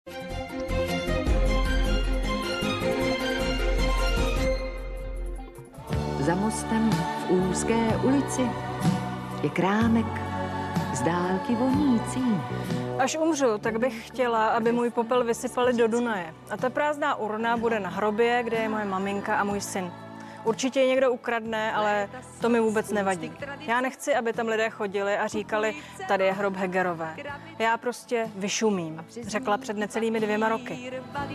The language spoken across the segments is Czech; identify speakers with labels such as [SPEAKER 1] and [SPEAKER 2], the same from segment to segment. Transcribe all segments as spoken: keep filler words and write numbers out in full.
[SPEAKER 1] Za mostem v úzké ulici je krámek z dálky vonící.
[SPEAKER 2] Až umřu, tak bych chtěla, aby můj popel vysypali do Dunaje. A ta prázdná urna bude na hrobě, kde je moje maminka a můj syn. Určitě ji někdo ukradne, ale to mi vůbec nevadí. Já nechci, aby tam lidé chodili a říkali, tady je hrob Hegerové. Já prostě vyšumím, řekla před necelými dvěma roky.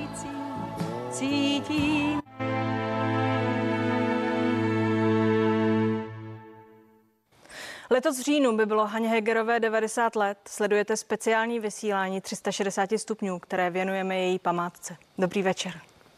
[SPEAKER 2] Letos v říjnu by bylo Haně Hegerové devadesát let. Sledujete speciální vysílání tři sta šedesát stupňů, které věnujeme její památce. Dobrý večer.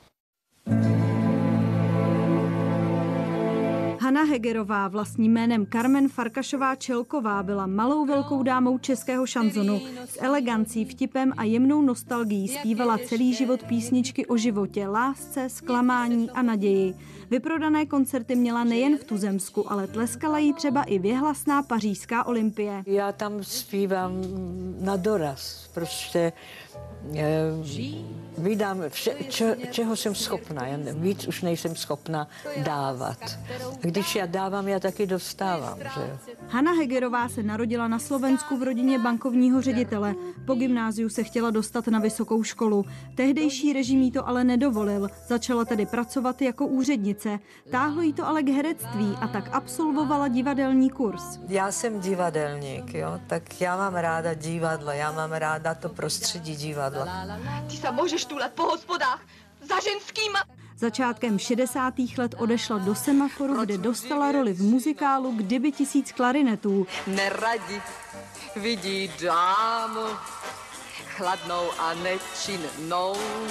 [SPEAKER 3] Hana Hegerová, vlastním jménem Carmen Farkašová Čelková, byla malou velkou dámou českého šanzonu. S elegancí, vtipem a jemnou nostalgií zpívala celý život písničky o životě, lásce, zklamání a naději. Vyprodané koncerty měla nejen v tuzemsku, ale tleskala jí třeba i věhlasná pařížská Olympie.
[SPEAKER 4] Já tam zpívám na doraz, prostě eh, vydám vše, če, čeho jsem schopná, já víc už nejsem schopná dávat. Když já dávám, já taky dostávám. Že?
[SPEAKER 3] Hana Hegerová se narodila na Slovensku v rodině bankovního ředitele. Po gymnáziu se chtěla dostat na vysokou školu. Tehdejší režim jí to ale nedovolil. Začala tedy pracovat jako úřednice. Táhlo jí to ale k herectví a tak absolvovala divadelní kurz.
[SPEAKER 4] Já jsem divadelník, jo? Tak já mám ráda divadlo, já mám ráda to prostředí divadla.
[SPEAKER 5] Ty se můžeš tulet po hospodách za ženskýma.
[SPEAKER 3] Začátkem šedesátých let odešla do Semaforu, kde dostala roli v muzikálu Kdyby tisíc klarinetů.
[SPEAKER 5] Neradi vidí dámu chladnou a nečinnou.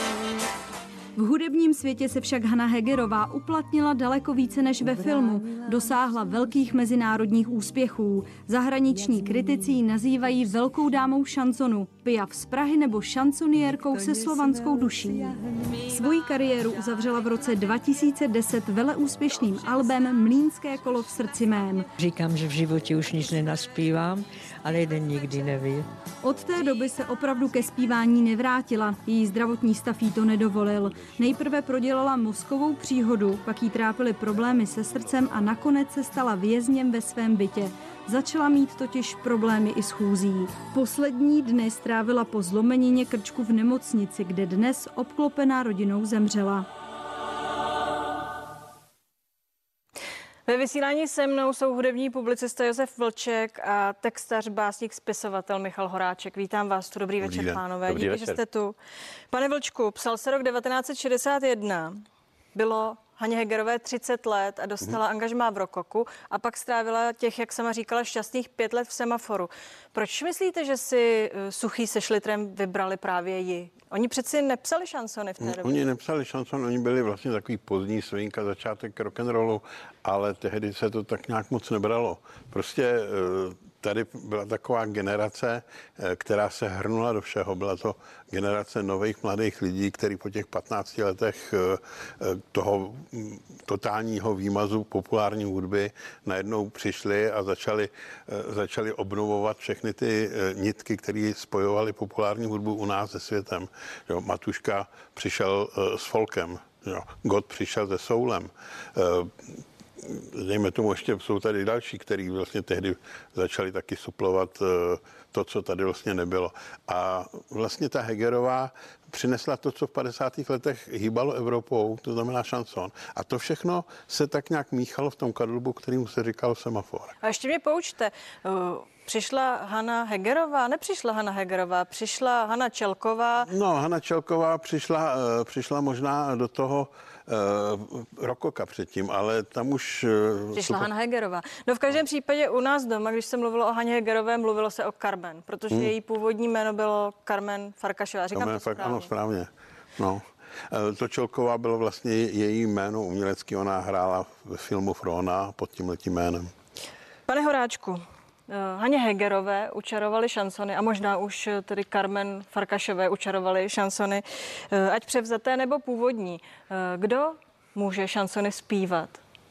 [SPEAKER 3] V hudebním světě se však Hana Hegerová uplatnila daleko více než ve filmu. Dosáhla velkých mezinárodních úspěchů. Zahraniční kritici ji nazývají velkou dámou šansonu, pijav z Prahy nebo šansoniérkou se slovanskou duší. Svoji kariéru uzavřela v roce dva tisíce deset veleúspěšným albem Mlýnské kolo v srdci mém.
[SPEAKER 4] Říkám, že v životě už nic nenaspívám, ale jeden nikdy neví.
[SPEAKER 3] Od té doby se opravdu ke zpívání nevrátila. Její zdravotní stav jí to nedovolil. Nejprve prodělala mozkovou příhodu, pak jí trápily problémy se srdcem a nakonec se stala vězněm ve svém bytě. Začala mít totiž problémy i s chůzí. Poslední dny strávila po zlomenině krčku v nemocnici, kde dnes obklopená rodinou zemřela.
[SPEAKER 2] Ve vysílání se mnou jsou hudební publicista Josef Vlček a textař, básník, spisovatel Michal Horáček. Vítám vás tu, dobrý, dobrý večer, pánové. Dobrý Díky, večer. Že jste tu. Pane Vlčku, psal se rok devatenáct set šedesát jedna. Bylo Haně Hegerové třicet let a dostala hmm. angažmá v Rokoku a pak strávila těch, jak sama říkala, šťastných pět let v Semaforu. Proč myslíte, že si Suchý se Šlitrem vybrali právě ji? Oni přeci nepsali šansony v té době.
[SPEAKER 6] Oni nepsali šanson, oni byli vlastně takový pozdní svinka, začátek rock'n'rollu, ale tehdy se to tak nějak moc nebralo. Prostě tady byla taková generace, která se hrnula do všeho. Byla to generace nových mladých lidí, kteří po těch patnácti letech toho totálního výmazu populární hudby najednou přišli a začali, začali obnovovat všechny ty nitky, které spojovaly populární hudbu u nás se světem. Jo, Matuška přišel s folkem, jo, Gott přišel se soulem. Dejme tomu, ještě jsou tady další, kteří vlastně tehdy začali taky suplovat to, co tady vlastně nebylo. A vlastně ta Hegerová přinesla to, co v padesátých letech hýbalo Evropou, to znamená šanson. A to všechno se tak nějak míchalo v tom kadlubu, kterému se říkal Semafor.
[SPEAKER 2] A ještě mě poučte, přišla Hana Hegerová, nepřišla Hana Hegerová, přišla Hana Čelková.
[SPEAKER 6] No, Hana Čelková přišla, přišla možná do toho Uh, Rokoka předtím, ale tam už...
[SPEAKER 2] Uh, Přišla Hana Hegerová. No v každém případě u nás doma, když se mluvilo o Haně Hegerové, mluvilo se o Carmen, protože hmm. její původní jméno bylo Carmen Farkašová. Říkám Carmen, to správně.
[SPEAKER 6] Ano, správně. No. Uh, to Čelková bylo vlastně její jméno umělecký, ona hrála ve filmu Frona pod tímhletím jménem.
[SPEAKER 2] Pane Horáčku, Haně Hegerové učarovali šansony a možná už tedy Carmen Farkašové učarovali šansony, ať převzaté nebo původní. Kdo může šansony zpívat?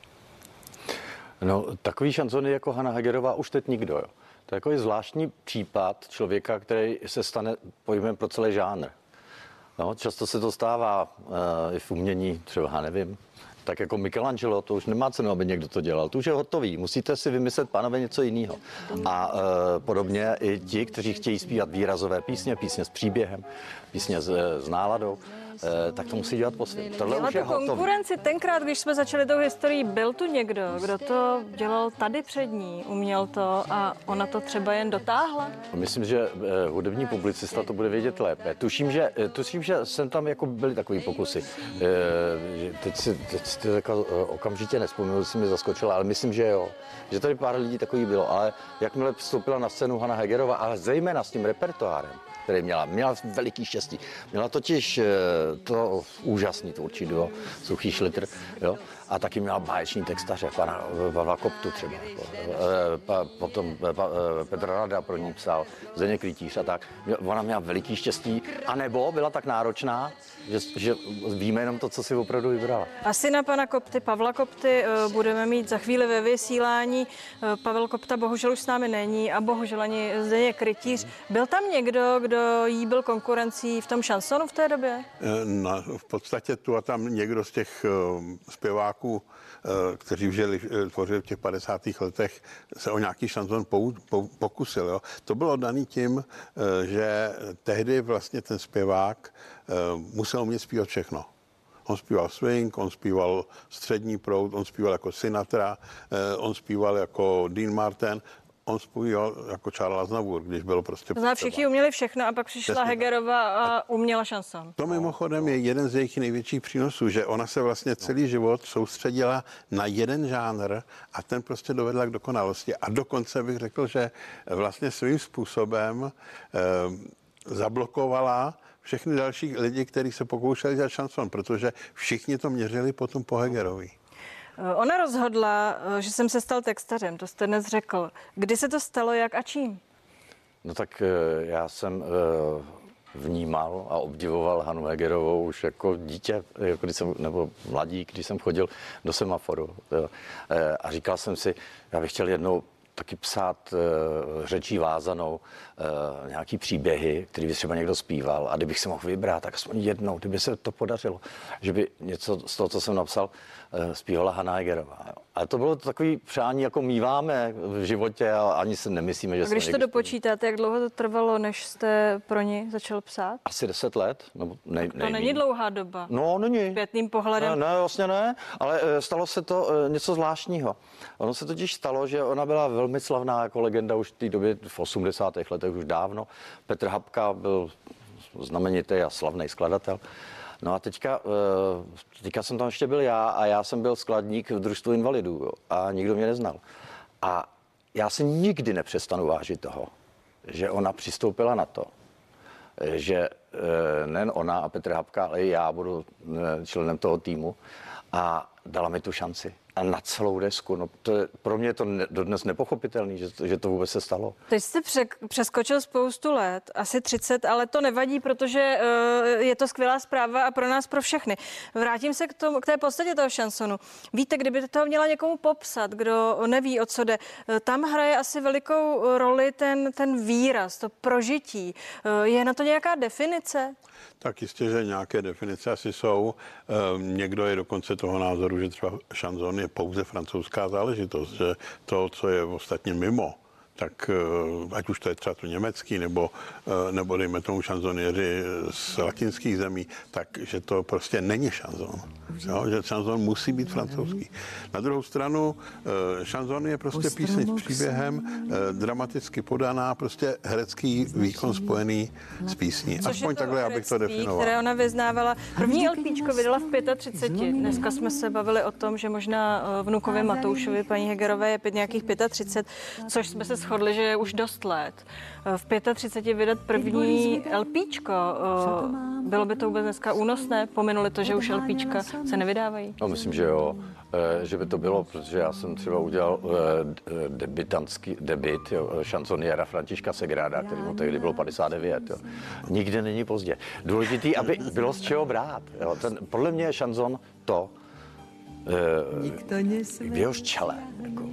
[SPEAKER 7] No, takový šansony jako Hana Hegerová už teď nikdo. Jo. To je takový zvláštní případ člověka, který se stane pojmem pro celý žánr. No, často se to stává uh, i v umění, třeba, já nevím, tak jako Michelangelo, to už nemá cenu, aby někdo to dělal. To už je hotový. Musíte si vymyslet, pánové, něco jiného. A uh, podobně i ti, kteří chtějí zpívat výrazové písně, písně s příběhem, písně s, s náladou, tak to musí dělat po svém. Tohle
[SPEAKER 2] Měla
[SPEAKER 7] už je
[SPEAKER 2] tu
[SPEAKER 7] hotový.
[SPEAKER 2] konkurenci tenkrát, když jsme začali tou historií, byl tu někdo, kdo to dělal tady před ní, uměl to a ona to třeba jen dotáhla?
[SPEAKER 7] Myslím, že eh, hudební publicista to bude vědět lépe. Tuším, že, eh, tuším, že jsem tam jako byly takový pokusy. Eh, teď si, teď si to jako, eh, okamžitě nespomínal, si mi zaskočila, ale myslím, že jo. Že tady pár lidí takový bylo, ale jakmile vstoupila na scénu Hana Hegerová, ale zejména s tím repertoárem, který měla. Měla veliký štěstí. Měla totiž to úžasný tvůrčí duo, Suchý Šlitr, jo? A taky měla báječní textaře, pana Pavla Koptu třeba. Jako. Potom Petr Rada pro ní psal, Zdeněk Rytíř a tak. Ona měla veliký štěstí, anebo byla tak náročná, že, že víme jenom to, co si opravdu vybrala.
[SPEAKER 2] Asi na pana Kopty, Pavla Kopty, budeme mít za chvíli ve vysílání. Pavel Kopta bohužel už s námi není a bohužel ani Zdeněk Rytíř. Byl tam někdo, kdo jí byl konkurencí v tom šansonu v té době?
[SPEAKER 6] Na, v podstatě tu a tam někdo z těch uh, zpěváků, uh, kteří žili, tvořili v těch padesátých letech, se o nějaký šanson pou, pou, pokusil. Jo. To bylo daný tím, uh, že tehdy vlastně ten zpěvák uh, musel umět zpívat všechno. On zpíval swing, on zpíval střední proud, on zpíval jako Sinatra, uh, on zpíval jako Dean Martin. On zpíval jako Charles Aznavour, když bylo prostě...
[SPEAKER 2] Zná, všichni uměli všechno a pak přišla Přesně Hegerová a uměla šanson.
[SPEAKER 6] To mimochodem je jeden z jejich největších přínosů, že ona se vlastně celý život soustředila na jeden žánr a ten prostě dovedla k dokonalosti. A dokonce bych řekl, že vlastně svým způsobem eh, zablokovala všechny další lidi, kteří se pokoušeli dělat šanson, protože všichni to měřili potom po Hegerovi.
[SPEAKER 2] Ona rozhodla, že jsem se stal textařem, to jste dnes řekl. Kdy se to stalo, jak a čím?
[SPEAKER 7] No tak já jsem vnímal a obdivoval Hanu Hegerovou už jako dítě, jako když jsem, nebo mladík, když jsem chodil do semaforu. A říkal jsem si, já bych chtěl jednou taky psát uh, řečí vázanou, uh, nějaký příběhy, který by třeba někdo zpíval a kdybych se mohl vybrat, tak aspoň jednou, kdyby se to podařilo, že by něco z toho, co jsem napsal, uh, zpívala Hana Hegerová. Ale to bylo takový přání, jako míváme v životě a ani se nemyslíme, že...
[SPEAKER 2] A když to dopočítáte, jak dlouho to trvalo, než jste pro ní začal psát?
[SPEAKER 7] Asi deset let. Nebo nej,
[SPEAKER 2] to není dlouhá doba.
[SPEAKER 7] No, není.
[SPEAKER 2] Zpětným pohledem.
[SPEAKER 7] Ne, ne, vlastně ne, ale stalo se to něco zvláštního. Ono se totiž stalo, že ona byla velmi slavná jako legenda už v té době, v osmdesátých letech už dávno. Petr Habka byl znamenitý a slavný skladatel. No a teďka, teďka jsem tam ještě byl já a já jsem byl skladník v družstvu invalidů jo, a nikdo mě neznal. A já si nikdy nepřestanu vážit toho, že ona přistoupila na to, že nejen ona a Petr Habka, ale i já budu členem toho týmu a dala mi tu šanci. A na celou desku. No, to je, pro mě je to ne, dodnes nepochopitelný, že, že to vůbec se stalo.
[SPEAKER 2] Teď jste pře- přeskočil spoustu let, asi třicet, ale to nevadí, protože uh, je to skvělá zpráva a pro nás, pro všechny. Vrátím se k, tomu, k té podstatě toho šansonu. Víte, kdyby toho měla někomu popsat, kdo neví, o co jde, tam hraje asi velikou roli ten, ten výraz, to prožití. Uh, je na to nějaká definice?
[SPEAKER 6] Tak jistě, že nějaké definice asi jsou. Ehm, někdo je dokonce toho názoru, že třeba šanson je pouze francouzská záležitost, že to, co je ostatně mimo, tak ať už to je třeba to německý, nebo, nebo dejme tomu šanzoněři z latinských zemí, takže to prostě není šanzon. Jo, že šanzon musí být francouzský. Na druhou stranu šanzon je prostě píseň s příběhem, dramaticky podaná, prostě herecký výkon spojený s písní.
[SPEAKER 2] Což
[SPEAKER 6] aspoň takhle, já bych to definoval.
[SPEAKER 2] Které ona vyznávala. První LPčko vydala v třiceti pěti. Dneska jsme se bavili o tom, že možná vnukovi Matoušovi, paní Hegerové, je pět nějakých třicet pět, což jsme se shodli, že je už dost let. V třiceti pěti vydat první LPčko, bylo by to vůbec dneska únosné? Pominuli to, že už LPčka se nevydávají?
[SPEAKER 7] No, myslím, že jo, že by to bylo, protože já jsem třeba udělal debitantský debit šansoniéra Františka Segráda, který mu tehdy bylo padesát devět. Jo. Nikde není pozdě. Důležitý, aby bylo z čeho brát. Jo. Ten, podle mě je šanson to, v jehož čele jako,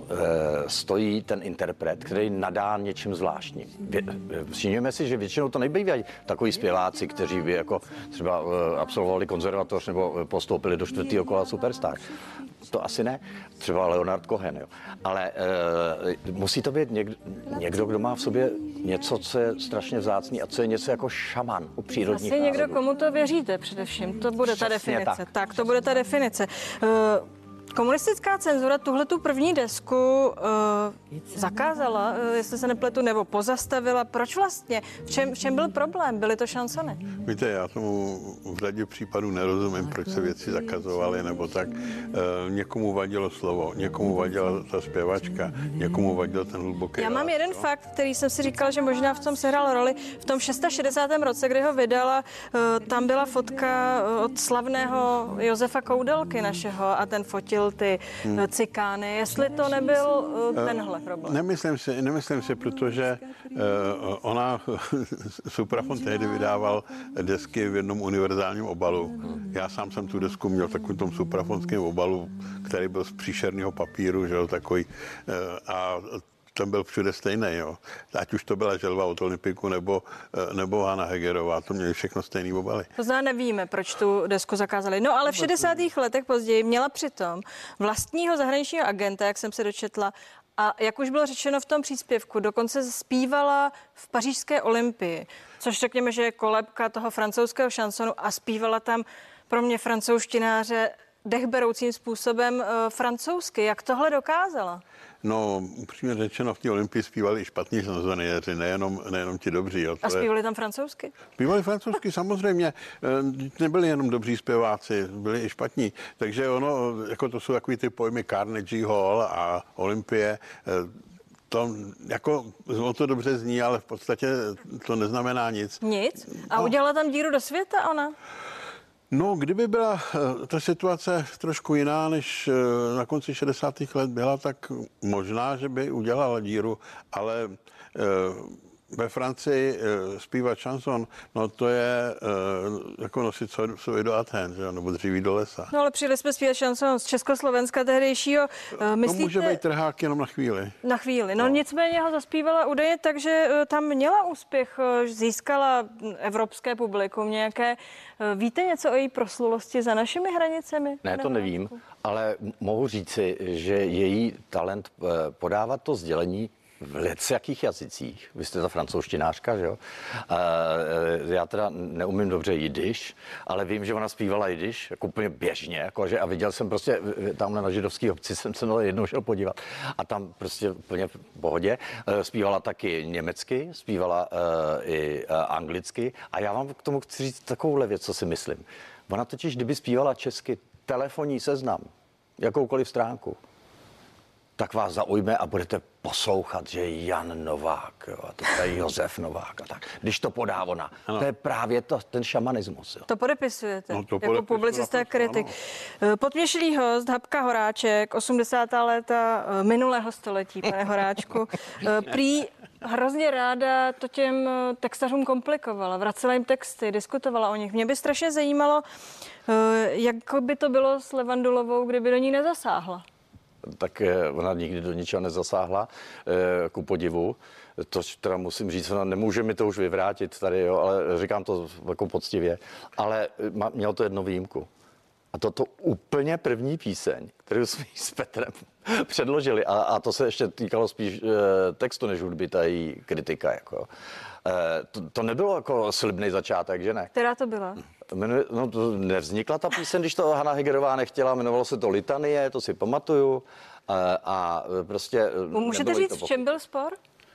[SPEAKER 7] stojí ten interpret, který nadá něčím zvláštním. Všimněme si, že většinou to nebývají takový zpěváci, kteří by jako třeba absolvovali konzervatoř nebo postoupili do čtvrtého kola Superstar. To asi ne, třeba Leonard Cohen, jo. Ale e, musí to být někdo, někdo, kdo má v sobě něco, co je strašně vzácný a co je něco jako šaman u přírodních
[SPEAKER 2] Asi
[SPEAKER 7] názorů.
[SPEAKER 2] někdo, komu to věříte především, to bude
[SPEAKER 7] Přesně
[SPEAKER 2] ta definice.
[SPEAKER 7] tak.
[SPEAKER 2] tak, to bude ta definice. E, Komunistická cenzura tuhletu první desku uh, zakázala, uh, jestli se nepletu, nebo pozastavila. Proč vlastně? V čem, v čem byl problém? Byly to šansony?
[SPEAKER 6] Víte, já tomu v řadě případů nerozumím, proč se věci zakazovaly, nebo tak. E, někomu vadilo slovo, někomu vadila ta zpěvačka, někomu vadil ten hluboký.
[SPEAKER 2] Já mám
[SPEAKER 6] hlas,
[SPEAKER 2] jeden
[SPEAKER 6] jo?
[SPEAKER 2] fakt, který jsem si říkala, že možná v tom sehrál roli. V tom šedesátém šestém roce, kdy ho vydala, uh, tam byla fotka od slavného Josefa Koudelky našeho a ten fotil ty hmm. cikány. Jestli to nebyl uh, tenhle problém.
[SPEAKER 6] Nemyslím si, nemyslím si, protože uh, ona, Suprafon tehdy vydával desky v jednom univerzálním obalu. Já sám jsem tu desku měl v takovém tom suprafonském obalu, který byl z příšerného papíru, že jo, takový. Uh, a ten byl všude stejný, jo. Ať už to byla Želva od Olympiku nebo, nebo Hana Hegerová, to měli všechno stejný obaly.
[SPEAKER 2] To znamená, nevíme, proč tu desku zakázali. No ale v šedesátých letech později měla přitom vlastního zahraničního agenta, jak jsem se dočetla, a jak už bylo řečeno v tom příspěvku, dokonce zpívala v Pařížské Olympii, což řekněme, že je kolébka toho francouzského šansonu a zpívala tam pro mě francouzštináře dechberoucím způsobem uh, francouzsky. Jak tohle dokázala?
[SPEAKER 6] No, upřímně řečeno, v té Olympii zpívali i špatní šanzonéři, nejenom, nejenom ti dobří. Jo.
[SPEAKER 2] A zpívali tam francouzsky?
[SPEAKER 6] Zpívali francouzsky, samozřejmě. Nebyli jenom dobří zpěváci, byli i špatní. Takže ono, jako to jsou takový ty pojmy Carnegie Hall a Olympie, to jako, ono to dobře zní, ale v podstatě to neznamená nic.
[SPEAKER 2] Nic? A udělala tam díru do světa ona?
[SPEAKER 6] No, kdyby byla ta situace trošku jiná, než na konci šedesátých let byla, tak možná, že by udělala díru, ale ve Francii zpívat šanson, no to je jako nosit sovět do Athén, že? Nebo dříví do lesa.
[SPEAKER 2] No ale přijeli jsme zpívat šanson z Československa tehdejšího. Myslíte...
[SPEAKER 6] To může být trhák jenom na chvíli.
[SPEAKER 2] Na chvíli. No, no. Nicméně ho zaspívala údajně tak, že tam měla úspěch, získala evropské publikum nějaké. Víte něco o její proslulosti za našimi hranicemi?
[SPEAKER 7] Ne, to nevím, ale mohu říci, že její talent podávat to sdělení v jakých jazycích. Vy jste ta francouzštinářka, že jo? Já teda neumím dobře jidiš, ale vím, že ona zpívala jidiš, jako úplně běžně, jakože, a viděl jsem prostě tamhle na židovský obci, jsem se na jednou šel podívat a tam prostě úplně v pohodě. Zpívala taky německy, zpívala i anglicky a já vám k tomu chci říct takovouhle věc, co si myslím. Ona totiž, kdyby zpívala česky telefonní seznam, jakoukoliv stránku, tak vás zaujme a budete poslouchat, že je Jan Novák, jo, a to je Josef Novák a tak. Když to podá ona. Ano. To je právě to, ten šamanismus. Jo.
[SPEAKER 2] To podepisujete,
[SPEAKER 6] no, to
[SPEAKER 2] jako publicista a kritik. Ano. Podměšlý host, Habka Horáček, osmdesátá léta minulého století, pane Horáčku. Prý hrozně ráda to těm textařům komplikovala, vracela jim texty, diskutovala o nich. Mě by strašně zajímalo, jak by to bylo s Levandulovou, kdyby do ní nezasáhla.
[SPEAKER 7] Tak ona nikdy do ničeho nezasáhla, ku podivu. To teda musím říct, ona nemůže mi to už vyvrátit tady, jo, ale říkám to jako poctivě. Ale měl to jednu výjimku. A toto úplně první píseň, kterou jsme s Petrem předložili, a, a to se ještě týkalo spíš e, textu než hudby, ta její kritika. Jako. E, to, to nebylo jako slibný začátek, že ne?
[SPEAKER 2] Která to byla?
[SPEAKER 7] Jmenuje, no, to nevznikla ta píseň, když to Hana Hegerová nechtěla, jmenovalo se to Litanie, to si pamatuju. A, a prostě...
[SPEAKER 2] Můžete říct, v čem byl spor?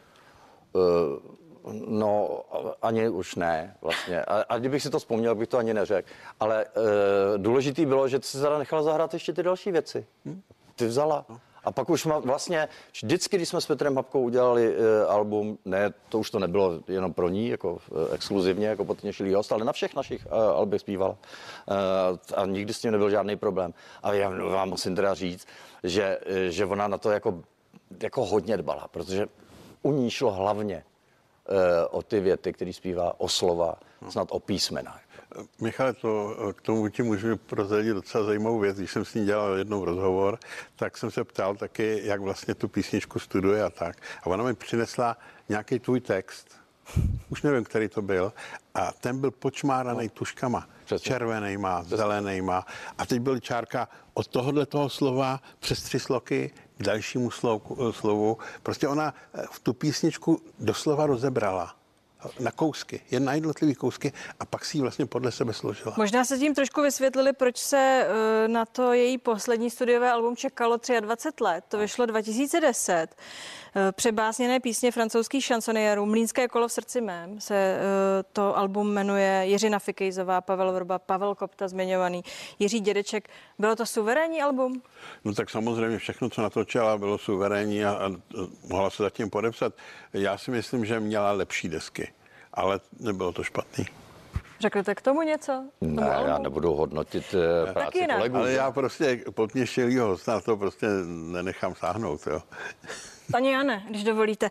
[SPEAKER 7] Uh, No, ani už ne, vlastně. A, a kdybych si to vzpomněl, bych to ani neřekl. Ale e, důležitý bylo, že ty si teda nechala zahrát ještě ty další věci. Ty vzala. A pak už má, vlastně vždycky, když jsme s Petrem Habkou udělali e, album, ne, to už to nebylo jenom pro ní, jako e, exkluzivně, jako Podměšilý host, ale na všech našich e, albech zpívala. E, a nikdy s tím nebyl žádný problém. A já vám musím teda říct, že, e, že ona na to jako, jako hodně dbala, protože u ní šlo hlavně o ty věty, který zpívá, o slova, snad o písmena.
[SPEAKER 6] Michale, to, k tomu ti můžu prozradit docela zajímavou věc. Když jsem s ní dělal jednou rozhovor, tak jsem se ptal taky, jak vlastně tu písničku studuje a tak. A ona mi přinesla nějaký tvůj text, už nevím, který to byl, a ten byl počmáraný tuškama. Přesně. Červenejma, zelenejma. A teď byl čárka od tohohle toho slova přes tři sloky k dalšímu slovu, slovu. Prostě ona v tu písničku doslova rozebrala na kousky, jen na jednotlivý kousky a pak si ji vlastně podle sebe složila.
[SPEAKER 2] Možná se tím trošku vysvětlili, proč se na to její poslední studiové album čekalo dvacet tři let. To vyšlo dva tisíce deset. Přebásněné písně francouzských šansonierů Mlýnské kolo v srdci mém se to album jmenuje. Jiřina Fikejzová, Pavel Vrba, Pavel Kopta zmiňovaný, Jiří Dědeček. Bylo to suverénní album?
[SPEAKER 6] No tak samozřejmě všechno, co natočila, bylo suverénní a, a mohla se zatím podepsat. Já si myslím, že měla lepší desky, ale nebylo to špatný.
[SPEAKER 2] Řeknete k tomu něco? K tomu
[SPEAKER 7] ne,
[SPEAKER 2] albu?
[SPEAKER 7] Já nebudu hodnotit uh, práci kolegů.
[SPEAKER 6] Ale já prostě potměšilýho hosta to prostě nenechám sáhnout, jo.
[SPEAKER 2] Paní Jane, když dovolíte.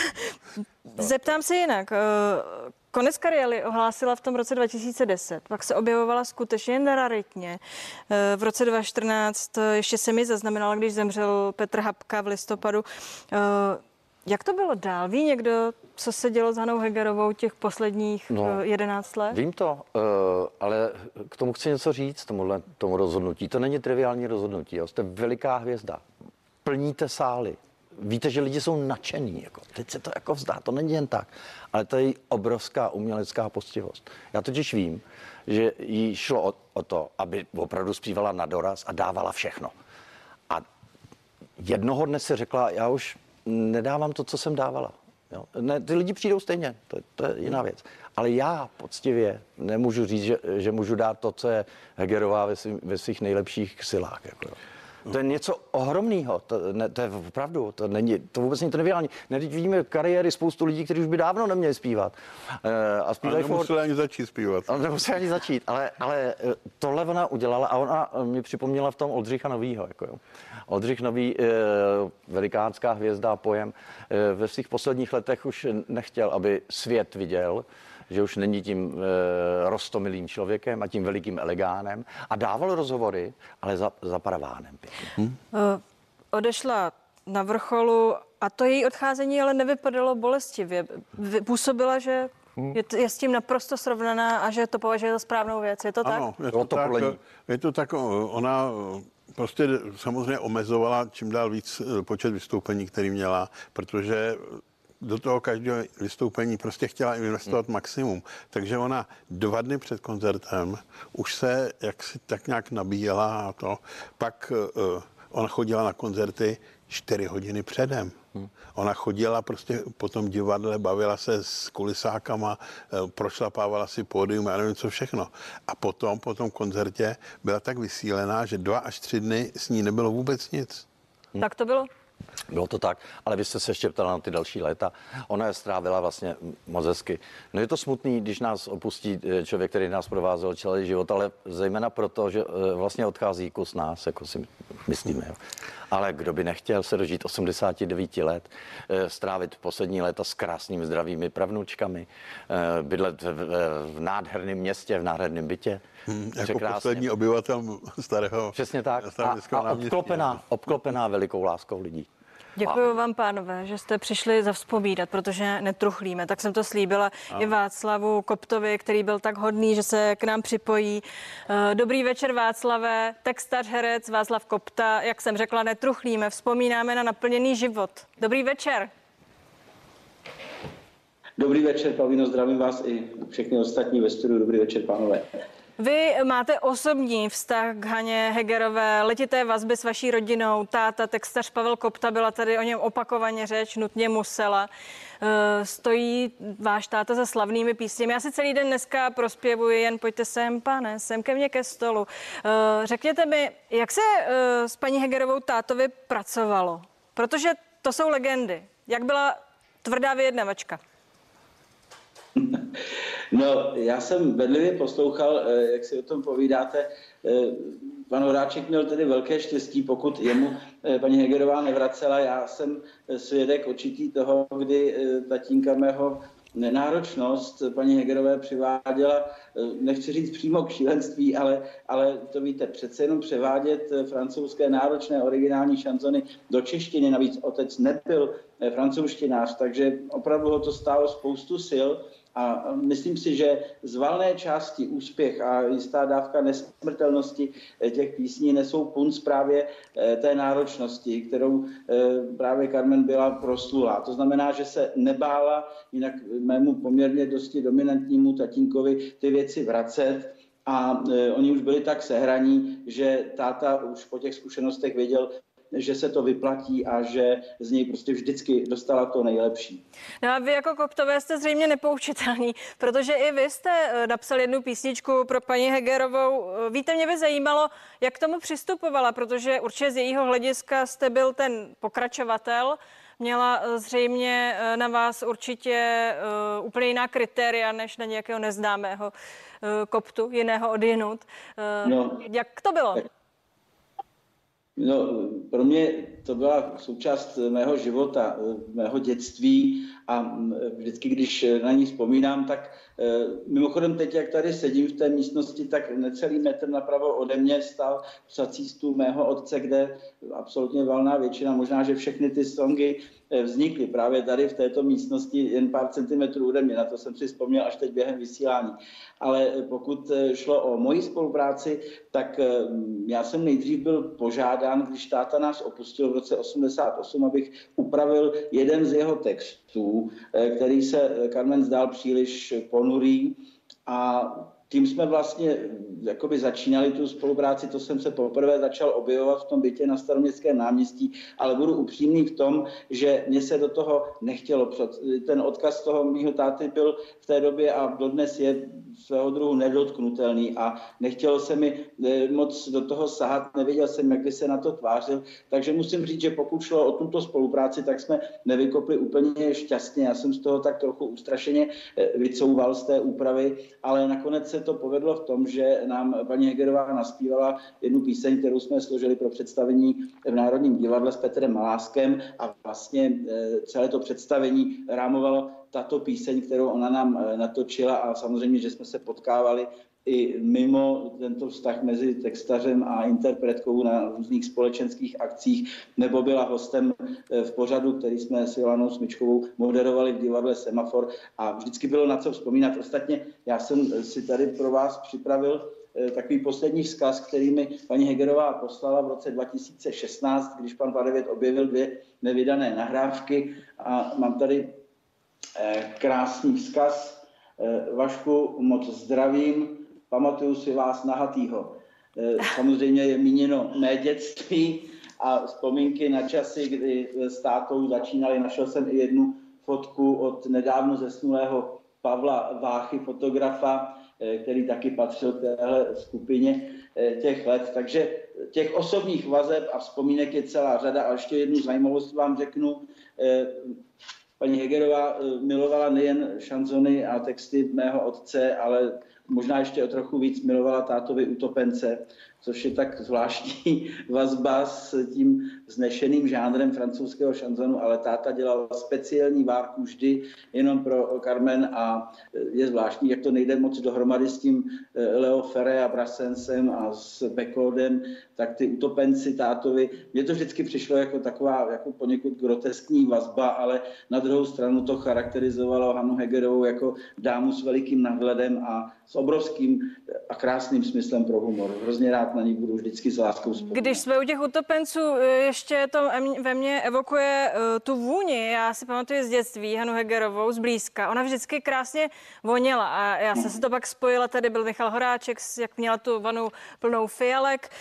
[SPEAKER 2] Zeptám se jinak. Konec kariéry ohlásila v tom roce dva tisíce deset, pak se objevovala skutečně neraritně. V roce dva tisíce čtrnáct ještě se mi zaznamenala, když zemřel Petr Hapka v listopadu. Jak to bylo dál? Ví někdo, co se dělo s Hanou Hegerovou těch posledních no, jedenáct let?
[SPEAKER 7] Vím to, ale k tomu chci něco říct, tomuhle, tomu rozhodnutí. To není triviální rozhodnutí, jo. Jste veliká hvězda. Plníte sály. Víte, že lidi jsou nadšení. Jako. Teď se to jako vzdá, to není jen tak. Ale to je obrovská umělecká postivost. Já totiž vím, že jí šlo o, o to, aby opravdu zpívala na doraz a dávala všechno. A jednoho dne si řekla, já už nedávám to, co jsem dávala. Jo? Ne, ty lidi přijdou stejně, to, to je jiná věc. Ale já poctivě nemůžu říct, že, že můžu dát to, co je Hegerová ve, svý, ve svých nejlepších silách. Jako. To je něco ohromného, to, ne, to je opravdu, to, není, to vůbec není triviální. Teď vidíme kariéry spoustu lidí, kteří už by dávno neměli zpívat. E, a zpívají
[SPEAKER 6] nemuseli for... ani začít zpívat.
[SPEAKER 7] A nemuseli ani začít, ale, ale tohle ona udělala a ona mi připomněla v tom Oldřicha Novýho. Jako jo. Oldřich Nový, e, velikánská hvězda, pojem, e, ve svých posledních letech už nechtěl, aby svět viděl, že už není tím e, roztomilým člověkem a tím velikým elegánem a dával rozhovory, ale za, za paravánem. Hm?
[SPEAKER 2] Uh, odešla na vrcholu a to její odcházení ale nevypadalo bolestivě. Působila, že hm? je, je s tím naprosto srovnaná a že to považuje za správnou věc. Je to tak?
[SPEAKER 6] Ano, je to, to tak, je to tak, ona prostě samozřejmě omezovala čím dál víc počet vystoupení, který měla, protože do toho každého vystoupení prostě chtěla investovat hmm. maximum. Takže ona dva dny před koncertem už se jaksi tak nějak nabíjela a to. Pak uh, ona chodila na koncerty čtyři hodiny předem. Hmm. Ona chodila prostě po tom divadle, bavila se s kulisákama, uh, prošlapávala si pódium, já nevím co všechno. A potom, po tom koncertě byla tak vysílená, že dva až tři dny s ní nebylo vůbec nic.
[SPEAKER 2] Hmm. Tak to bylo?
[SPEAKER 7] Bylo to tak, ale vy jste se ještě ptala na ty další léta. Ona je strávila vlastně moc hezky. No je to smutný, když nás opustí člověk, který nás provázel celý život, ale zejména proto, že vlastně odchází kus nás, jako si myslíme. Jo. Ale kdo by nechtěl se dožít osmdesáti devíti let, strávit poslední léta s krásnými zdravými pravnučkami, bydlet v, v nádherném městě, v nádherném bytě.
[SPEAKER 6] Hmm, jako poslední obyvatel starého.
[SPEAKER 7] Přesně tak. A, a obklopená, obklopená velikou láskou lidí.
[SPEAKER 2] Děkuji vám, pánové, že jste přišli zavzpomínat, protože netruchlíme. Tak jsem to slíbila a. i Václavu Koptovi, který byl tak hodný, že se k nám připojí. Dobrý večer, Václave, textař, herec Václav Kopta. Jak jsem řekla, netruchlíme, vzpomínáme na naplněný život. Dobrý večer.
[SPEAKER 8] Dobrý večer, Pavlíno, zdravím vás i všechny ostatní ve studiu. Dobrý večer, pánové.
[SPEAKER 2] Vy máte osobní vztah k Haně Hegerové, letité vazby s vaší rodinou, táta, textař Pavel Kopta, byla tady o něm opakovaně řeč, nutně musela. Stojí váš táta za slavnými písněmi. Já si celý den dneska prospěvuji, jen pojďte sem, pane, sem ke mně ke stolu. Řekněte mi, jak se s paní Hegerovou tátovi pracovalo? Protože to jsou legendy. Jak byla tvrdá vyjednavačka?
[SPEAKER 8] No, já jsem bedlivě poslouchal, jak si o tom povídáte. Pan Horáček měl tedy velké štěstí, pokud jemu paní Hegerová nevracela. Já jsem svědek očitý toho, kdy tatínka mého náročnost paní Hegerové přiváděla, nechci říct přímo k šílenství, ale, ale to víte, přece jenom převádět francouzské náročné originální šanzony do češtiny. Navíc otec nebyl francouzštinář, takže opravdu ho to stálo spoustu sil. A myslím si, že z valné části úspěch a jistá dávka nesmrtelnosti těch písní nesou punc právě té náročnosti, kterou právě Carmen byla proslulá. To znamená, že se nebála jinak mému poměrně dosti dominantnímu tatínkovi ty věci vracet. A oni už byli tak sehraní, že táta už po těch zkušenostech věděl, že se to vyplatí a že z něj prostě vždycky dostala to nejlepší.
[SPEAKER 2] No a vy jako koptové jste zřejmě nepoučitelní, protože i vy jste napsal jednu písničku pro paní Hegerovou. Víte, mě by zajímalo, jak k tomu přistupovala, protože určitě z jejího hlediska jste byl ten pokračovatel, měla zřejmě na vás určitě uh, úplně jiná kritéria, než na nějakého neznámého uh, koptu, jiného odjinud. Uh, no. Jak to bylo?
[SPEAKER 8] No, pro mě to byla součást mého života, mého dětství a vždycky, když na ní vzpomínám, tak mimochodem teď, jak tady sedím v té místnosti, tak necelý metr napravo ode mě stál psací stůl mého otce, kde absolutně valná většina, možná, že všechny ty songy vznikly právě tady v této místnosti jen pár centimetrů ode mě. Na to jsem si vzpomněl až teď během vysílání. Ale pokud šlo o moji spolupráci, tak já jsem nejdřív byl požádán, když táta nás opustil v roce osmdesát osm, abych upravil jeden z jeho textů, který se Carmen zdál příliš ponurý, a tím jsme vlastně jakoby začínali tu spolupráci. To jsem se poprvé začal objevovat v tom bytě na Staroměstském náměstí, ale budu upřímný v tom, že mě se do toho nechtělo. Ten odkaz toho mýho táty byl v té době a dodnes je svého druhu nedotknutelný a nechtělo se mi moc do toho sahat, nevěděl jsem, jak by se na to tvářil, takže musím říct, že pokud šlo o tuto spolupráci, tak jsme nevykopli úplně šťastně. Já jsem z toho tak trochu ustrašeně vycouval z té úpravy, ale nakonec se to povedlo v tom, že nám paní Hegerová naspívala jednu píseň, kterou jsme složili pro představení v Národním divadle s Petrem Maláskem, a vlastně celé to představení rámovalo tato píseň, kterou ona nám natočila, a samozřejmě, že jsme se potkávali i mimo tento vztah mezi textařem a interpretkou na různých společenských akcích, nebo byla hostem v pořadu, který jsme s Jolanou Smyčkovou moderovali v divadle Semafor, a vždycky bylo na co vzpomínat. Ostatně já jsem si tady pro vás připravil takový poslední vzkaz, který mi paní Hegerová poslala v roce dva tisíce šestnáct, když pan Padevět objevil dvě nevydané nahrávky, a mám tady krásný vzkaz. Vašku, moc zdravím, pamatuju si vás nahatýho. Samozřejmě je míněno mé dětství a vzpomínky na časy, kdy s tátou začínali. Našel jsem i jednu fotku od nedávno zesnulého Pavla Váchy, fotografa, který taky patřil k téhle skupině těch let. Takže těch osobních vazeb a vzpomínek je celá řada. A ještě jednu zajímavost vám řeknu. Paní Hegerová milovala nejen šanzony a texty mého otce, ale možná ještě o trochu víc milovala tátovi Utopence, což je tak zvláštní vazba s tím vznešeným žánrem francouzského šanzonu, ale táta dělal speciální várku vždy jenom pro Carmen, a je zvláštní, jak to nejde moc dohromady s tím Leo Ferré a Brassensem a s Becodem, tak ty Utopenci tátovi, mně to vždycky přišlo jako taková jako poněkud groteskní vazba, ale na druhou stranu to charakterizovalo Hanu Hegerovou jako dámu s velikým nadhledem a s obrovským a krásným smyslem pro humor. Hrozně rád na ní budu vždycky s láskou vzpomínat.
[SPEAKER 2] Když jsme u těch Utopenců, ještě to ve mně evokuje tu vůni. Já si pamatuju z dětství Hanu Hegerovou zblízka. Ona vždycky krásně voněla a já jsem se to pak spojila. Tady byl Michal Horáček, jak měla tu vanu plnou fialek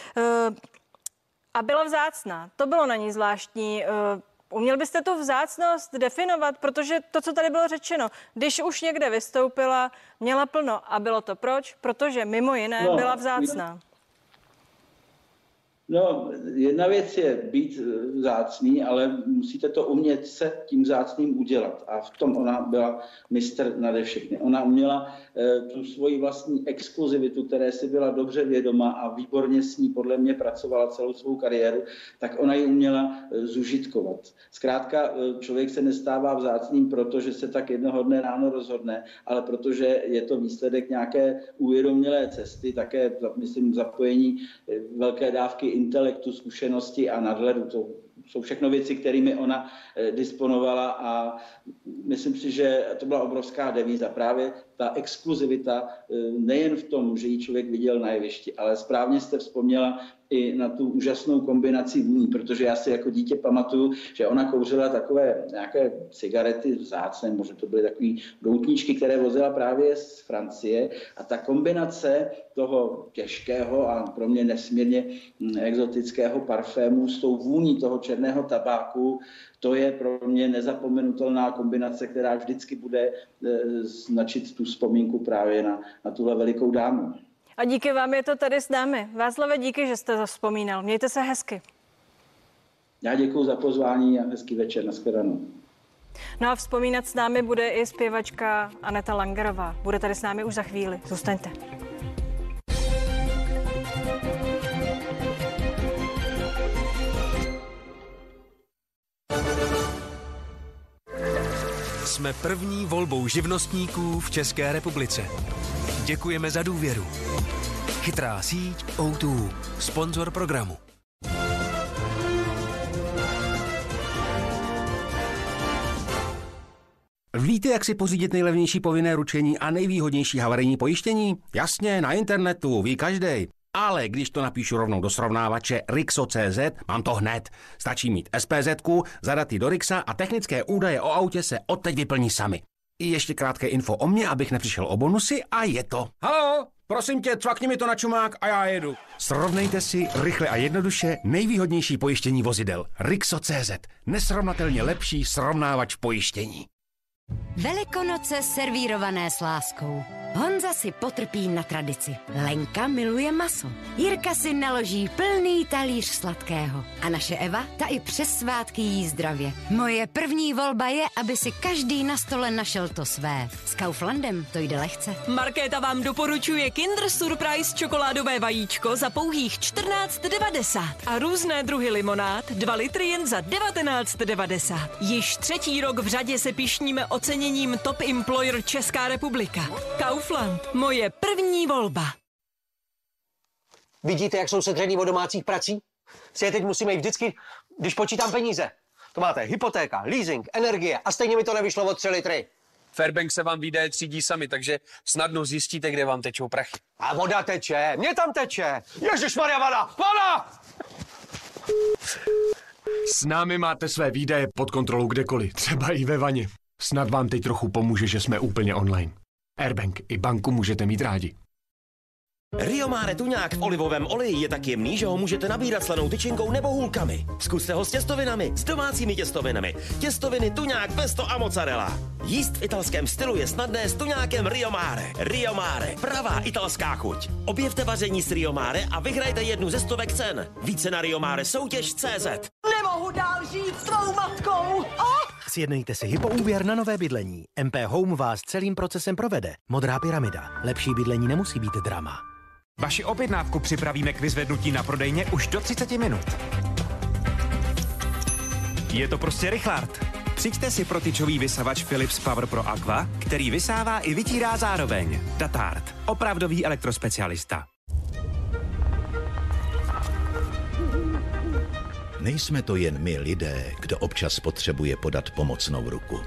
[SPEAKER 2] a byla vzácná. To bylo na ní zvláštní. Uměl byste tu vzácnost definovat, protože to, co tady bylo řečeno, když už někde vystoupila, měla plno. A bylo to proč? Protože mimo jiné no, byla vzácná.
[SPEAKER 8] No, jedna věc je být vzácný, ale musíte to umět se tím vzácným udělat. A v tom ona byla mistr nade všechny. Ona uměla eh, tu svoji vlastní exkluzivitu, které si byla dobře vědoma a výborně s ní podle mě pracovala celou svou kariéru, tak ona ji uměla eh, zužitkovat. Zkrátka, eh, člověk se nestává vzácným, protože se tak jednoho dne ráno rozhodne, ale protože je to výsledek nějaké uvědomělé cesty, také, myslím, zapojení eh, velké dávky intelektu, zkušenosti a nadhledu. To jsou všechno věci, kterými ona disponovala a myslím si, že to byla obrovská devíza. Právě ta exkluzivita nejen v tom, že ji člověk viděl na jevišti, ale správně jste vzpomněla i na tu úžasnou kombinaci vůní, protože já si jako dítě pamatuju, že ona kouřila takové nějaké cigarety vzácné, možná to byly takové doutníčky, které vozila právě z Francie a ta kombinace toho těžkého a pro mě nesmírně exotického parfému s tou vůní toho černého tabáku, to je pro mě nezapomenutelná kombinace, která vždycky bude značit tu vzpomínku právě na, na tuhle velikou dámu.
[SPEAKER 2] A díky vám je to tady s námi. Václave, díky, že jste zavzpomínal. Mějte se hezky.
[SPEAKER 8] Já děkuji za pozvání a hezký večer. Nashledanou.
[SPEAKER 2] No a vzpomínat s námi bude i zpěvačka Aneta Langerová. Bude tady s námi už za chvíli. Zůstaňte.
[SPEAKER 9] Jsme první volbou živnostníků v České republice. Děkujeme za důvěru. Chytrá síť ó dva, sponzor programu.
[SPEAKER 10] Víte, jak si pořídit nejlevnější povinné ručení a nejvýhodnější havarijní pojištění? Jasně, na internetu, ví každej. Ale když to napíšu rovnou do srovnávače Rixo tečka cé zet, mám to hned. Stačí mít es pé zetku, zadat ji do Rixa a technické údaje o autě se odteď vyplní sami. I ještě krátké info o mně, abych nepřišel o bonusy a je to. Haló, prosím tě, cvakni mi to na čumák a já jedu. Srovnejte si rychle a jednoduše nejvýhodnější pojištění vozidel. Rixo tečka cé zet. Nesrovnatelně lepší srovnávač pojištění.
[SPEAKER 11] Velikonoce servírované s láskou. Honza si potrpí na tradici. Lenka miluje maso. Jirka si naloží plný talíř sladkého. A naše Eva, ta i přes svátky jí zdravě. Moje první volba je, aby si každý na stole našel to své. S Kauflandem to jde lehce.
[SPEAKER 12] Markéta vám doporučuje Kinder Surprise čokoládové vajíčko za pouhých čtrnáct devadesát a různé druhy limonád dva litry jen za devatenáct devadesát. Již třetí rok v řadě se pyšníme oceněním Top Employer Česká republika. Kaufland, moje první volba.
[SPEAKER 13] Vidíte, jak jsou sedřený o domácích prací? Si je teď musíme jít vždycky, když počítám peníze. To máte hypotéka, leasing, energie a stejně mi to nevyšlo o tři litry.
[SPEAKER 14] Fairbank se vám výdaje třídí sami, takže snadno zjistíte, kde vám tečou prachy.
[SPEAKER 13] A voda teče, mě tam teče. Ježišmarja, voda, voda!
[SPEAKER 15] S námi máte své výdaje pod kontrolou kdekoliv, třeba i ve vaně. Snad vám teď trochu pomůže, že jsme úplně online. Airbank i banku můžete mít rádi.
[SPEAKER 16] Rio Mare tuňák v olivovém oleji je tak jemný, že ho můžete nabírat slanou tyčinkou nebo hůlkami. Zkuste ho s těstovinami, s domácími těstovinami. Těstoviny tuňák, pesto a mozzarella. Jíst v italském stylu je snadné s tuňákem Rio Mare. Rio Mare, pravá italská chuť. Objevte vaření s Rio Mare a vyhrajte jednu ze stovek cen. Více na Rio Mare soutěž tečka cé zet.
[SPEAKER 17] Nemohu dál žít s tvou matkou! Oh!
[SPEAKER 18] Sjednejte si hypoúvěr na nové bydlení. em pé Home vás celým procesem provede. Modrá pyramida. Lepší bydlení nemusí být drama.
[SPEAKER 19] Vaši objednávku připravíme k vyzvednutí na prodejně už do třicet minut. Je to prostě rychlart. Přijďte si protyčový vysavač Philips Power Pro Aqua, který vysává i vytírá zároveň. Datard. Opravdový elektrospecialista.
[SPEAKER 20] Nejsme to jen my lidé, kdo občas potřebuje podat pomocnou ruku.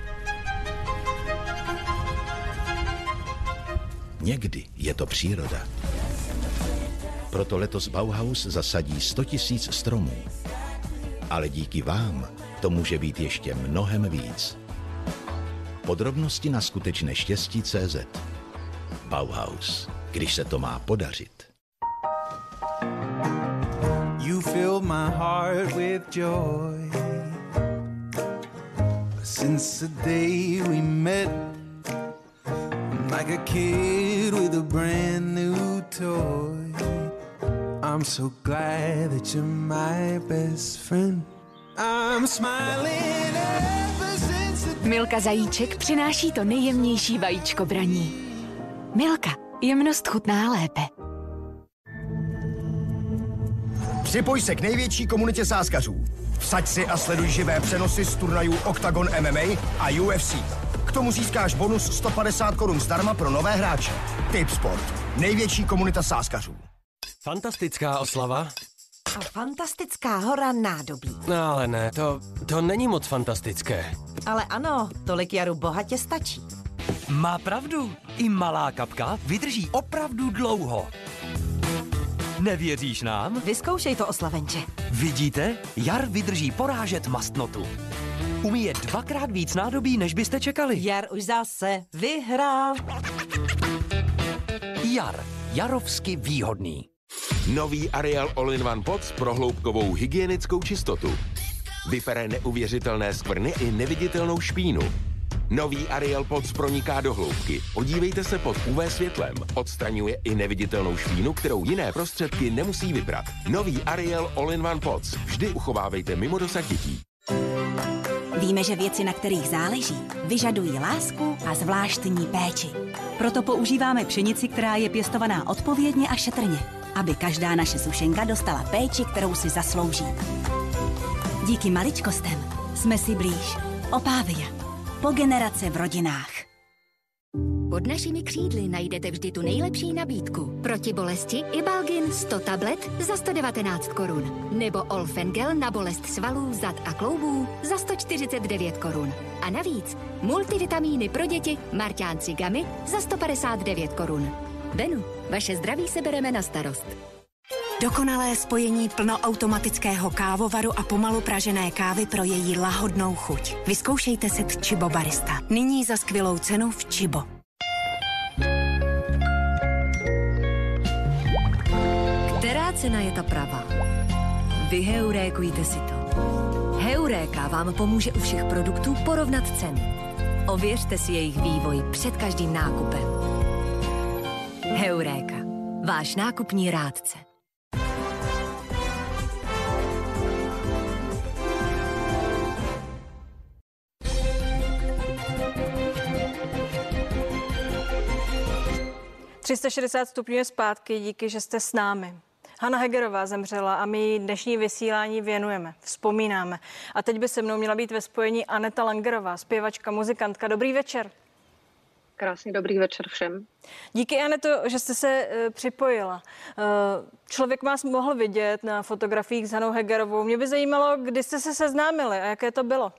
[SPEAKER 20] Někdy je to příroda. Proto letos Bauhaus zasadí sto tisíc stromů. Ale díky vám to může být ještě mnohem víc. Podrobnosti na skutečné štěstí tečka cé zet. Bauhaus. Když se to má podařit.
[SPEAKER 21] You fill my heart with joy. Since the day we met, I'm like a kid with a brand new toy. I'm I'm so glad that you're my best friend. I'm smiling ever since the...
[SPEAKER 1] Milka Zajíček přináší to nejjemnější vajíčko braní. Milka. Jemnost chutná lépe.
[SPEAKER 22] Připoj se k největší komunitě sázkařů. Vsaď si a sleduj živé přenosy z turnajů Octagon M M A a U F C. K tomu získáš bonus sto padesát korun zdarma pro nové hráče. Tipsport. Největší komunita sázkařů.
[SPEAKER 23] Fantastická oslava.
[SPEAKER 24] A fantastická hora nádobí.
[SPEAKER 23] No, ale ne, to, to není moc fantastické.
[SPEAKER 24] Ale ano, tolik jaru bohatě stačí.
[SPEAKER 25] Má pravdu. I malá kapka vydrží opravdu dlouho. Nevěříš nám?
[SPEAKER 24] Vyzkoušej to, oslavenče.
[SPEAKER 25] Vidíte? Jar vydrží porážet mastnotu. Umí je dvakrát víc nádobí, než byste čekali.
[SPEAKER 24] Jar už zase vyhrál.
[SPEAKER 25] Jar. Jarovsky výhodný.
[SPEAKER 26] Nový Ariel All-in-One Pot s prohloubkovou hygienickou čistotu. Vypere neuvěřitelné skvrny i neviditelnou špínu. Nový Ariel Pot proniká do hloubky. Podívejte se pod U V světlem. Odstraňuje i neviditelnou špínu, kterou jiné prostředky nemusí vyprat. Nový Ariel All-in-One Pot. Vždy uchovávejte mimo dosah dětí.
[SPEAKER 27] Víme, že věci, na kterých záleží, vyžadují lásku a zvláštní péči. Proto používáme pšenici, která je pěstovaná odpovědně a šetrně, aby každá naše sušenka dostala péči, kterou si zaslouží. Díky maličkostem jsme si blíž. Opávia. Po generace v rodinách.
[SPEAKER 28] Pod našimi křídly najdete vždy tu nejlepší nabídku. Proti bolesti Ibalgin sto tablet za sto devatenáct korun. Nebo Olfengel na bolest svalů, zad a kloubů za sto čtyřicet devět korun. A navíc multivitamíny pro děti Marťánci Gamy za sto padesát devět korun. Benu, vaše zdraví se bereme na starost.
[SPEAKER 27] Dokonalé spojení plnoautomatického kávovaru a pomalu pražené kávy pro její lahodnou chuť. Vyzkoušejte set Chibo Barista. Nyní za skvělou cenu v Chibo.
[SPEAKER 29] Která cena je ta pravá? Vyheurékujte si to. Heuréka vám pomůže u všech produktů porovnat ceny. Ověřte si jejich vývoj před každým nákupem. Heuréka. Váš nákupní rádce.
[SPEAKER 2] tři sta šedesát stupňů je zpátky, díky, že jste s námi. Hana Hegerová zemřela a my jí dnešní vysílání věnujeme, vzpomínáme. A teď by se mnou měla být ve spojení Aneta Langerová, zpěvačka, muzikantka. Dobrý večer.
[SPEAKER 30] Krásný dobrý večer všem.
[SPEAKER 2] Díky, Aneto, že jste se uh, připojila. Uh, člověk vás mohl vidět na fotografiích s Hanou Hegerovou. Mě by zajímalo, kdy jste se seznámili a jaké to bylo.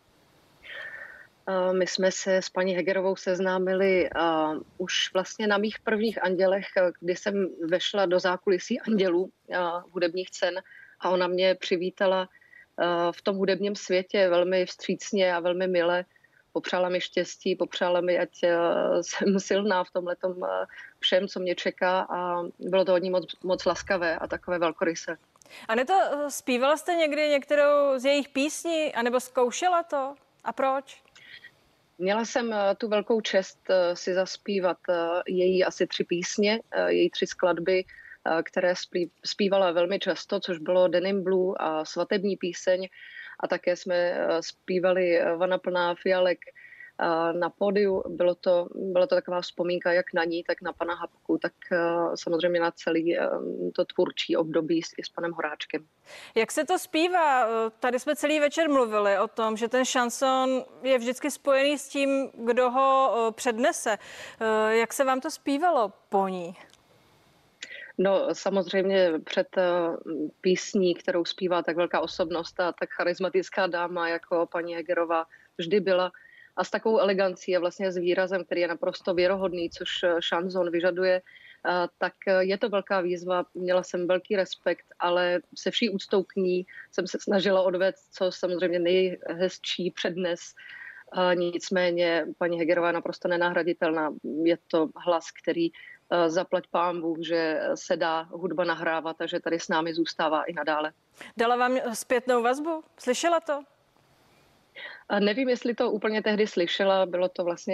[SPEAKER 30] My jsme se s paní Hegerovou seznámili uh, už vlastně na mých prvních Andělech, kdy jsem vešla do zákulisí Andělů uh, hudebních cen a ona mě přivítala uh, v tom hudebním světě velmi vstřícně a velmi mile. Popřála mi štěstí, popřála mi, ať uh, jsem silná v tomhletom uh, všem, co mě čeká a bylo to od ní moc, moc laskavé a takové velkoryse.
[SPEAKER 2] Aneto, zpívala jste někdy některou z jejich písní anebo zkoušela to? A proč?
[SPEAKER 30] Měla jsem tu velkou čest si zaspívat její asi tři písně, její tři skladby, které zpívala velmi často, což bylo Denim Blue a Svatební píseň. A také jsme zpívali Vana plná fialek na pódiu. Bylo to, byla to taková vzpomínka jak na ní, tak na pana Habku, tak samozřejmě na celý to tvůrčí období i s panem Horáčkem.
[SPEAKER 2] Jak se to zpívá? Tady jsme celý večer mluvili o tom, že ten šanson je vždycky spojený s tím, kdo ho přednese. Jak se vám to zpívalo po ní?
[SPEAKER 30] No samozřejmě před písní, kterou zpívá tak velká osobnost a tak charismatická dáma jako paní Hegerová vždy byla, a s takovou elegancí a vlastně s výrazem, který je naprosto věrohodný, což šanson vyžaduje, tak je to velká výzva. Měla jsem velký respekt, ale se vší úctou k ní jsem se snažila odvést, co samozřejmě nejhezčí přednes. Nicméně paní Hegerová je naprosto nenahraditelná. Je to hlas, který zaplať pán Bůh, že se dá hudba nahrávat a že tady s námi zůstává i nadále.
[SPEAKER 2] Dala vám zpětnou vazbu? Slyšela to?
[SPEAKER 30] Nevím, jestli to úplně tehdy slyšela, bylo to vlastně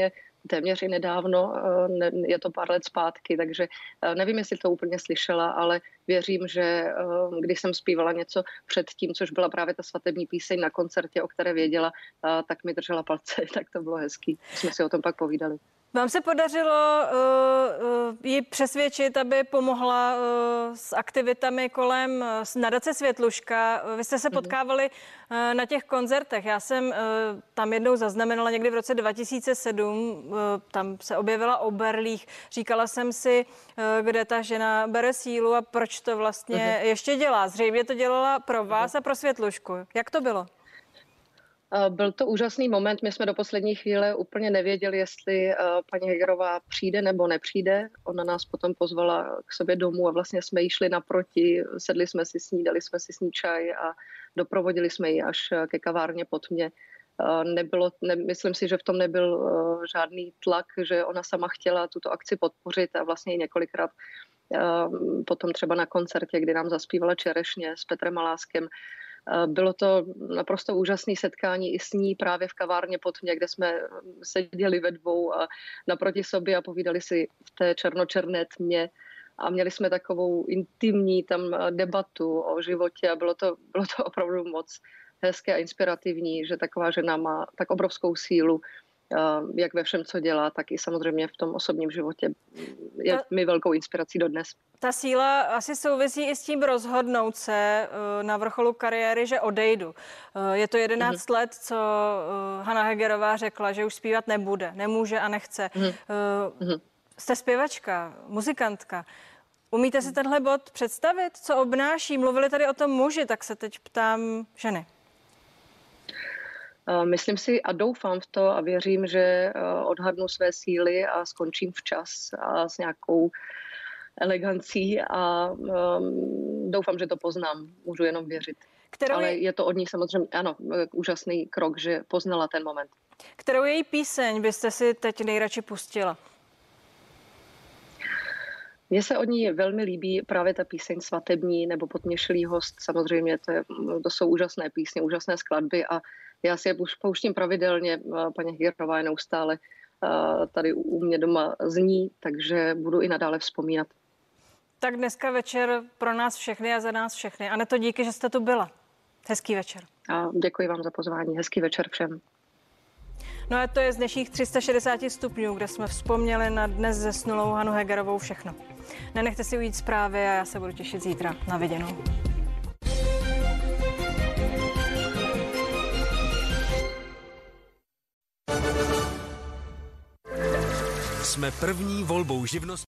[SPEAKER 30] téměř i nedávno, je to pár let zpátky, takže nevím, jestli to úplně slyšela, ale věřím, že když jsem zpívala něco před tím, což byla právě ta svatební píseň na koncertě, o které věděla, tak mi držela palce, tak to bylo hezký. Jsme si o tom pak povídali.
[SPEAKER 2] Vám se podařilo uh, uh, ji přesvědčit, aby pomohla uh, s aktivitami kolem uh, nadace Světluška. Vy jste se potkávali uh, na těch koncertech. Já jsem uh, tam jednou zaznamenala někdy v roce dva tisíce sedm. Uh, tam se objevila Oberlích. Říkala jsem si, uh, kde ta žena bere sílu a proč to vlastně uh-huh. ještě dělá. Zřejmě to dělala pro vás uh-huh. a pro Světlušku. Jak to bylo?
[SPEAKER 30] Byl to úžasný moment. My jsme do poslední chvíle úplně nevěděli, jestli paní Hegerová přijde nebo nepřijde. Ona nás potom pozvala k sobě domů a vlastně jsme jí šli naproti. Sedli jsme si s ní, dali jsme si s ní čaj a doprovodili jsme ji až ke kavárně pod mě. Nebylo, ne, myslím si, že v tom nebyl žádný tlak, že ona sama chtěla tuto akci podpořit a vlastně i několikrát potom třeba na koncertě, kdy nám zaspívala Čerešně s Petrem Maláskem. Bylo to naprosto úžasné setkání i s ní právě v kavárně pod mě, kde jsme seděli ve dvou a naproti sobě a povídali si v té černočerné tmě a měli jsme takovou intimní tam debatu o životě a bylo to, bylo to opravdu moc hezké a inspirativní, že taková žena má tak obrovskou sílu, jak ve všem, co dělá, tak i samozřejmě v tom osobním životě. Je mi velkou inspirací dodnes.
[SPEAKER 2] Ta síla asi souvisí i s tím rozhodnout se na vrcholu kariéry, že odejdu. Je to jedenáct mm-hmm. let, co Hana Hegerová řekla, že už zpívat nebude, nemůže a nechce. Mm-hmm. Jste zpěvačka, muzikantka. Umíte si tenhle bod představit, co obnáší? Mluvili tady o tom muži, tak se teď ptám ženy.
[SPEAKER 30] Myslím si a doufám v to a věřím, že odhadnu své síly a skončím včas a s nějakou elegancí a um, doufám, že to poznám. Můžu jenom věřit. Kterou Ale je... je to od ní samozřejmě, ano, úžasný krok, že poznala ten moment.
[SPEAKER 2] Kterou její píseň byste si teď nejradši pustila?
[SPEAKER 30] Mně se od ní velmi líbí právě ta píseň Svatební nebo Potměšilý host. Samozřejmě to, je, to jsou úžasné písně, úžasné skladby a já si je pouštím pravidelně. Paní Hegerová je neustále tady u mě doma zní, takže budu i nadále vzpomínat.
[SPEAKER 2] Tak dneska večer pro nás všechny a za nás všechny. Aneto, díky, že jste tu byla. Hezký večer.
[SPEAKER 30] A děkuji vám za pozvání. Hezký večer všem.
[SPEAKER 2] No a to je z dnešních tři sta šedesát stupňů, kde jsme vzpomněli na dnes zesnulou Hanu Hegerovou všechno. Nenechte si ujít zprávy a já se budu těšit zítra. Na viděnou.
[SPEAKER 19] Jsme první volbou živnosti.